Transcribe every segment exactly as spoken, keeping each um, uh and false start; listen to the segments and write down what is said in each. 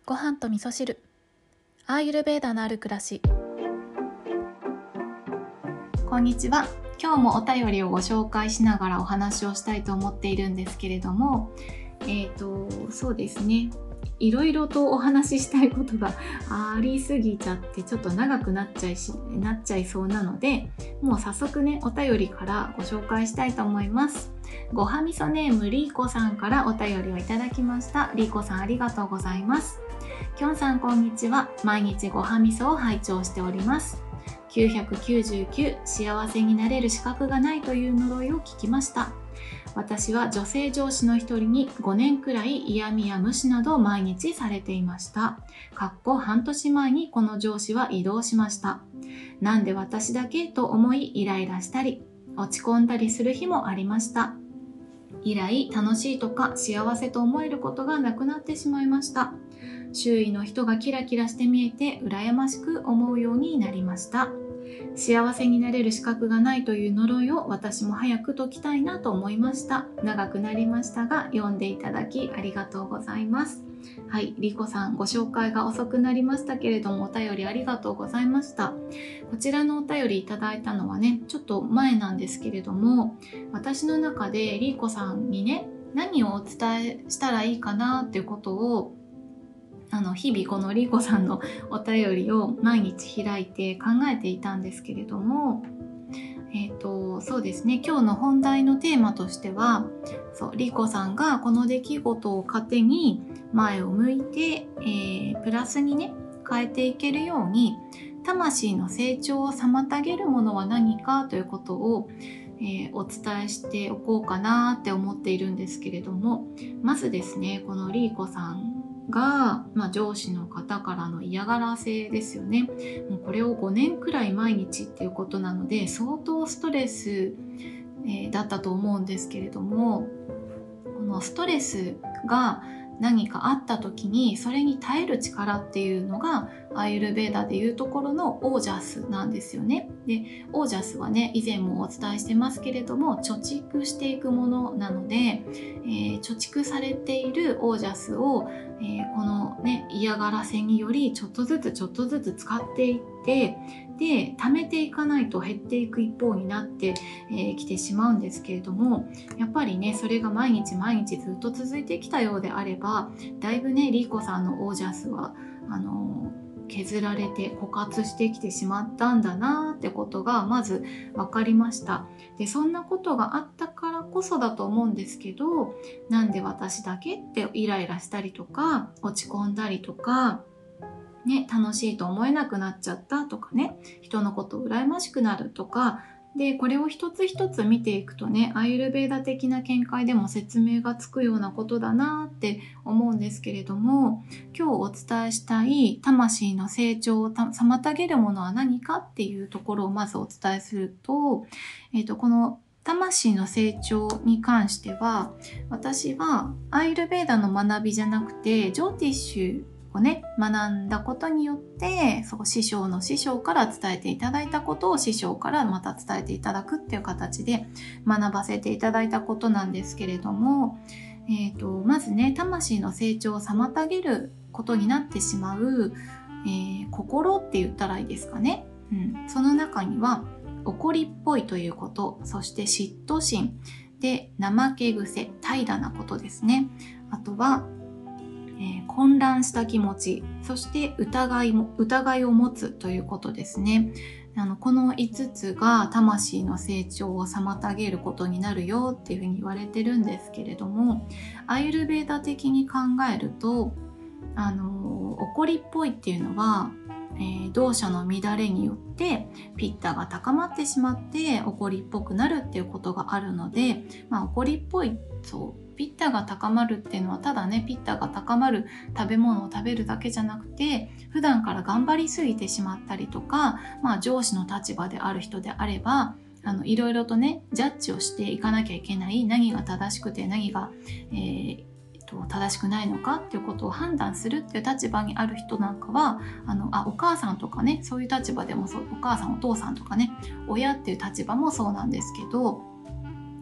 ご飯と味噌汁、アーユルヴェーダのある暮らし。こんにちは。今日もお便りをご紹介しながらお話をしたいと思っているんですけれども、えーと、そうですね。いろいろとお話ししたいことがありすぎちゃってちょっと長くなっちゃいしなっちゃいそうなので、もう早速ねお便りからご紹介したいと思います。ごはみそネームりーこさんからお便りをいただきました。りーこさんありがとうございます。きょんさんこんにちは。毎日ごはみそを拝聴しております。きゅうひゃくきゅうじゅうきゅう幸せになれる資格がないという呪いを聞きました。私は女性上司の一人にごねんくらい嫌味や無視などを毎日されていました。かっこ半年前にこの上司は異動しました。なんで私だけと思いイライラしたり落ち込んだりする日もありました。以来楽しいとか幸せと思えることがなくなってしまいました。周囲の人がキラキラして見えて羨ましく思うようになりました。幸せになれる資格がないという呪いを私も早く解きたいなと思いました。長くなりましたが読んでいただきありがとうございます。はい、りこさんご紹介が遅くなりましたけれどもお便りありがとうございました。こちらのお便りいただいたのはねちょっと前なんですけれども、私の中でりこさんにね何をお伝えしたらいいかなっていうことをあの日々このりーこさんのお便りを毎日開いて考えていたんですけれども、えーと、そうですね、今日の本題のテーマとしてはそうりーこさんがこの出来事を糧に前を向いて、えー、プラスにね変えていけるように魂の成長を妨げるものは何かということをえー、お伝えしておこうかなって思っているんですけれども、まずですねこのりーこさんが、まあ、上司の方からの嫌がらせですよね。もうこれをごねんくらい毎日っていうことなので相当ストレス、えー、だったと思うんですけれども、このストレスが何かあった時にそれに耐える力っていうのがアーユルヴェーダでいうところのオージャスなんですよね。でオージャスはね以前もお伝えしてますけれども貯蓄していくものなので、えー、貯蓄されているオージャスを、えー、このね嫌がらせによりちょっとずつちょっとずつ使っていってで貯めていかないと減っていく一方になってき、えー、てしまうんですけれども、やっぱりねそれが毎日毎日ずっと続いてきたようであればだいぶねりーこさんのオージャスはあの削られて枯渇してきてしまったんだなってことがまず分かりました。でそんなことがあったからこそだと思うんですけど、なんで私だけってイライラしたりとか落ち込んだりとかね、楽しいと思えなくなっちゃったとかね、人のことを羨ましくなるとかで、これを一つ一つ見ていくとねアーユルヴェーダ的な見解でも説明がつくようなことだなって思うんですけれども、今日お伝えしたい魂の成長を妨げるものは何かっていうところをまずお伝えすると、えーと、この魂の成長に関しては私はアーユルヴェーダの学びじゃなくてジョーティッシュをね学んだことによってそこ師匠の師匠から伝えていただいたことを師匠からまた伝えていただくっていう形で学ばせていただいたことなんですけれども、えーと、まずね魂の成長を妨げることになってしまう、えー、心って言ったらいいですかね、うん、その中には怒りっぽいということ、そして嫉妬心で怠け癖、怠惰なことですね。あとはえー、混乱した気持ち、そして疑いも疑いを持つということですね。あのこのいつつが魂の成長を妨げることになるよっていうふうに言われてるんですけれども、アーユルヴェーダ的に考えるとあの怒りっぽいっていうのは、えー、動作の乱れによってピッタが高まってしまって怒りっぽくなるっていうことがあるので、まあ、怒りっぽいそうピッタが高まるっていうのはただねピッタが高まる食べ物を食べるだけじゃなくて普段から頑張りすぎてしまったりとか、まあ、上司の立場である人であればあのいろいろとねジャッジをしていかなきゃいけない、何が正しくて何が、えー正しくないのかっていうことを判断するっていう立場にある人なんかはあのあお母さんとかねそういう立場でもそう、お母さんお父さんとかね親っていう立場もそうなんですけど、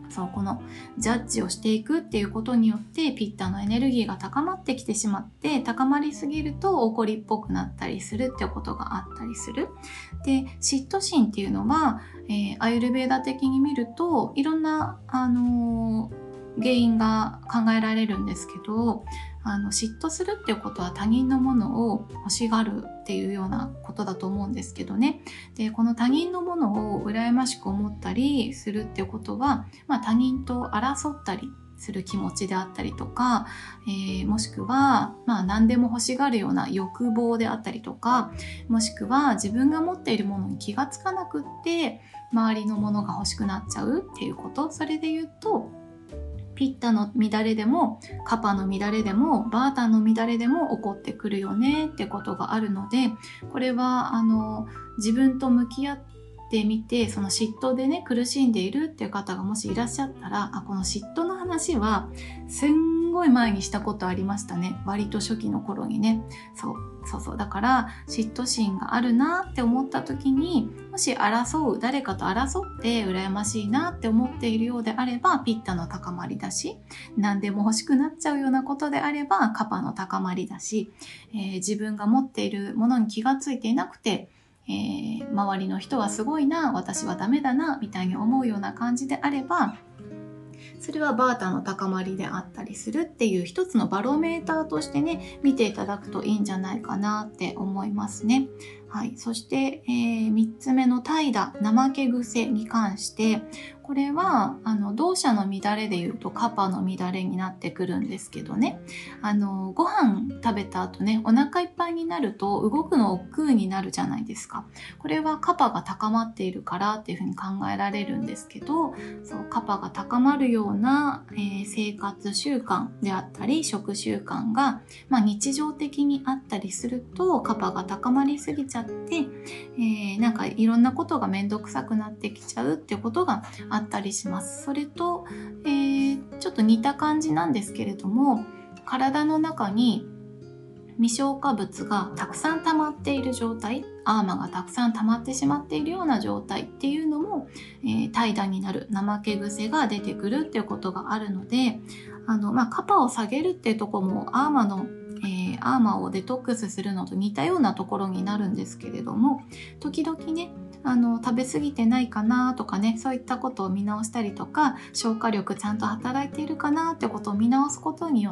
そうこのジャッジをしていくっていうことによってピッタのエネルギーが高まってきてしまって、高まりすぎると怒りっぽくなったりするっていうことがあったりする。で、嫉妬心っていうのは、えー、アユルベーダ的に見るといろんな、あのー、原因が考えられるんですけど、あの嫉妬するっていうことは他人のものを欲しがるっていうようなことだと思うんですけどね。で、この他人のものを羨ましく思ったりするっていうことは、まあ、他人と争ったりする気持ちであったりとか、えー、もしくは、まあ、何でも欲しがるような欲望であったりとか、もしくは自分が持っているものに気がつかなくって周りのものが欲しくなっちゃうっていうこと。それで言うと、ピッタの乱れでもカパの乱れでもバータンの乱れでも起こってくるよねってことがあるので、これはあの自分と向き合ってみて、その嫉妬でね苦しんでいるっていう方がもしいらっしゃったら、あ、この嫉妬の話はすんごい前にしたことありましたね。割と初期の頃にね。そうそうそう。だから嫉妬心があるなって思った時に、もし争う、誰かと争って羨ましいなって思っているようであればピッタの高まりだし、何でも欲しくなっちゃうようなことであればカパの高まりだし、えー、自分が持っているものに気がついていなくて、えー、周りの人はすごいな、私はダメだなみたいに思うような感じであれば、それはバータの高まりであったりするっていう一つのバロメーターとしてね、見ていただくといいんじゃないかなって思いますね。はい。そして、えー、みっつめの怠惰、怠け癖に関して、これはあの動作の乱れでいうとカパの乱れになってくるんですけどね、あのご飯食べた後ね、お腹いっぱいになると動くの億劫になるじゃないですか。これはカパが高まっているからっていうふうに考えられるんですけど、そうカパが高まるような、えー、生活習慣であったり食習慣が、まあ、日常的にあったりするとカパが高まりすぎちゃって、えー、なんかいろんなことがめんどくさくなってきちゃうっていうことがあったりします。それと、えー、ちょっと似た感じなんですけれども、体の中に未消化物がたくさん溜まっている状態、アーマがたくさん溜まってしまっているような状態っていうのも、えー、怠惰になる、怠け癖が出てくるっていうことがあるので、あの、まあ、カパを下げるっていうところもアーマのえー、アーマをデトックスするのと似たようなところになるんですけれども、時々ね、あの食べ過ぎてないかなとかね、そういったことを見直したりとか、消化力ちゃんと働いているかなってことを見直すことによって、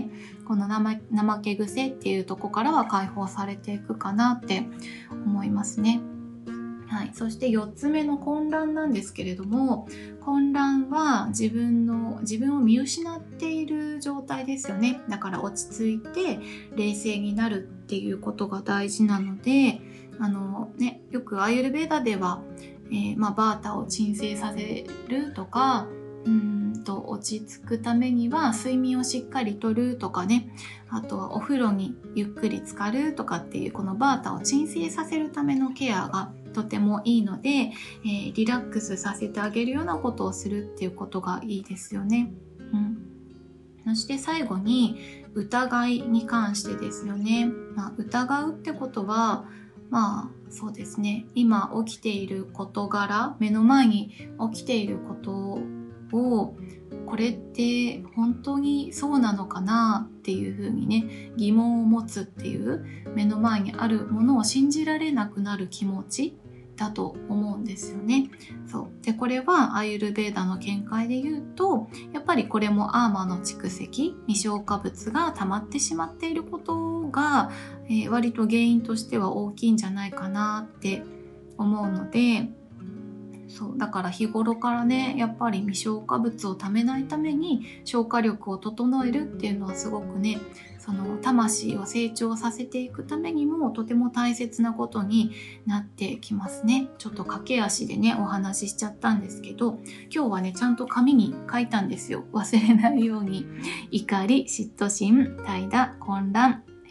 この怠け癖っていうところからは解放されていくかなって思いますね。はい、そしてよっつめの混乱なんですけれども、混乱は自分の自分を見失っている状態ですよね。だから落ち着いて冷静になるっていうことが大事なので、あの、ね、よくアーユルヴェーダでは、えーまあ、バータを鎮静させるとか、うーんと落ち着くためには睡眠をしっかりとるとかね、あとはお風呂にゆっくり浸かるとかっていう、このバータを鎮静させるためのケアがとてもいいので、えー、リラックスさせてあげるようなことをするっていうことがいいですよね。うん、そして最後に疑いに関してですよね。まあ、疑うってことは、まあそうですね、今起きている事柄、目の前に起きていることを、これって本当にそうなのかなっていうふうにね、疑問を持つっていう、目の前にあるものを信じられなくなる気持ちだと思うんですよね。そうで、これはアーユルヴェーダの見解で言うと、やっぱりこれもアーマの蓄積、未消化物が溜まってしまっていることが、えー、割と原因としては大きいんじゃないかなって思うので、そうだから日頃からね、やっぱり未消化物をためないために消化力を整えるっていうのはすごくね、その魂を成長させていくためにもとても大切なことになってきますね。ちょっと駆け足でねお話ししちゃったんですけど、今日はねちゃんと紙に書いたんですよ。忘れないように。怒り、嫉妬心、怠惰、混乱、え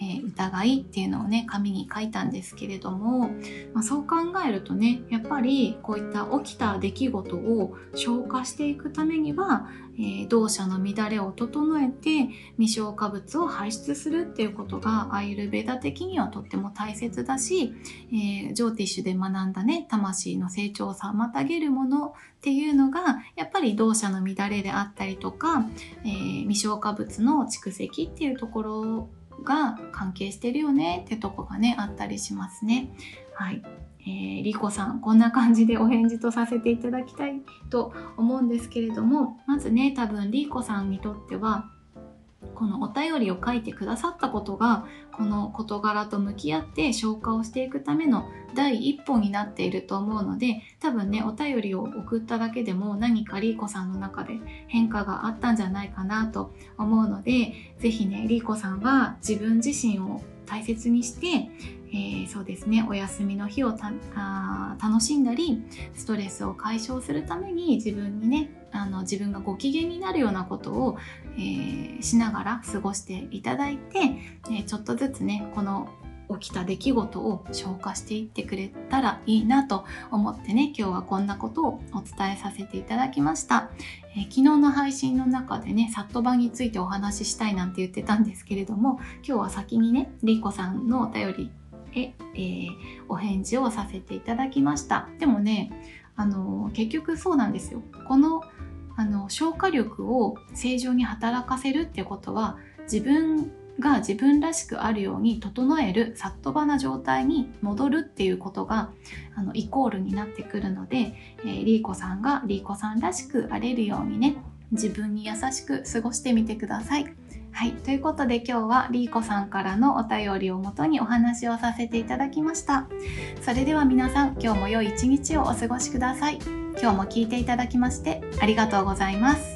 えー、疑いっていうのをね紙に書いたんですけれども、まあ、そう考えるとねやっぱりこういった起きた出来事を消化していくためには、えー、動作の乱れを整えて未消化物を排出するっていうことがアーユルヴェーダ的にはとっても大切だし、えー、ジョーティッシュで学んだね魂の成長を妨げるものっていうのがやっぱり動作の乱れであったりとか、えー、未消化物の蓄積っていうところが関係してるよねってとこがねあったりしますね。はい、えー、リコさんこんな感じでお返事とさせていただきたいと思うんですけれども、まずね多分リコさんにとってはこのお便りを書いてくださったことがこの事柄と向き合って消化をしていくための第一歩になっていると思うので、多分ねお便りを送っただけでも何かリーコさんの中で変化があったんじゃないかなと思うので、ぜひねリーコさんは自分自身を大切にして、えー、そうですねお休みの日をたあ楽しんだりストレスを解消するために自分にねあの自分がご機嫌になるようなことを、えー、しながら過ごしていただいて、えー、ちょっとずつねこの起きた出来事を消化していってくれたらいいなと思ってね今日はこんなことをお伝えさせていただきました。えー、昨日の配信の中でねサットバについてお話ししたいなんて言ってたんですけれども、今日は先にねリーコさんのお便りへ、えー、お返事をさせていただきました。でもねあの結局そうなんですよ。このあの消化力を正常に働かせるってことは自分が自分らしくあるように整えるサットバな状態に戻るっていうことがあのイコールになってくるので、えー、リーコさんがリーコさんらしくあれるようにね自分に優しく過ごしてみてください。はい、ということで今日はリーコさんからのお便りをもとにお話をさせていただきました。それでは皆さん今日も良い一日をお過ごしください。今日も聞いていただきましてありがとうございます。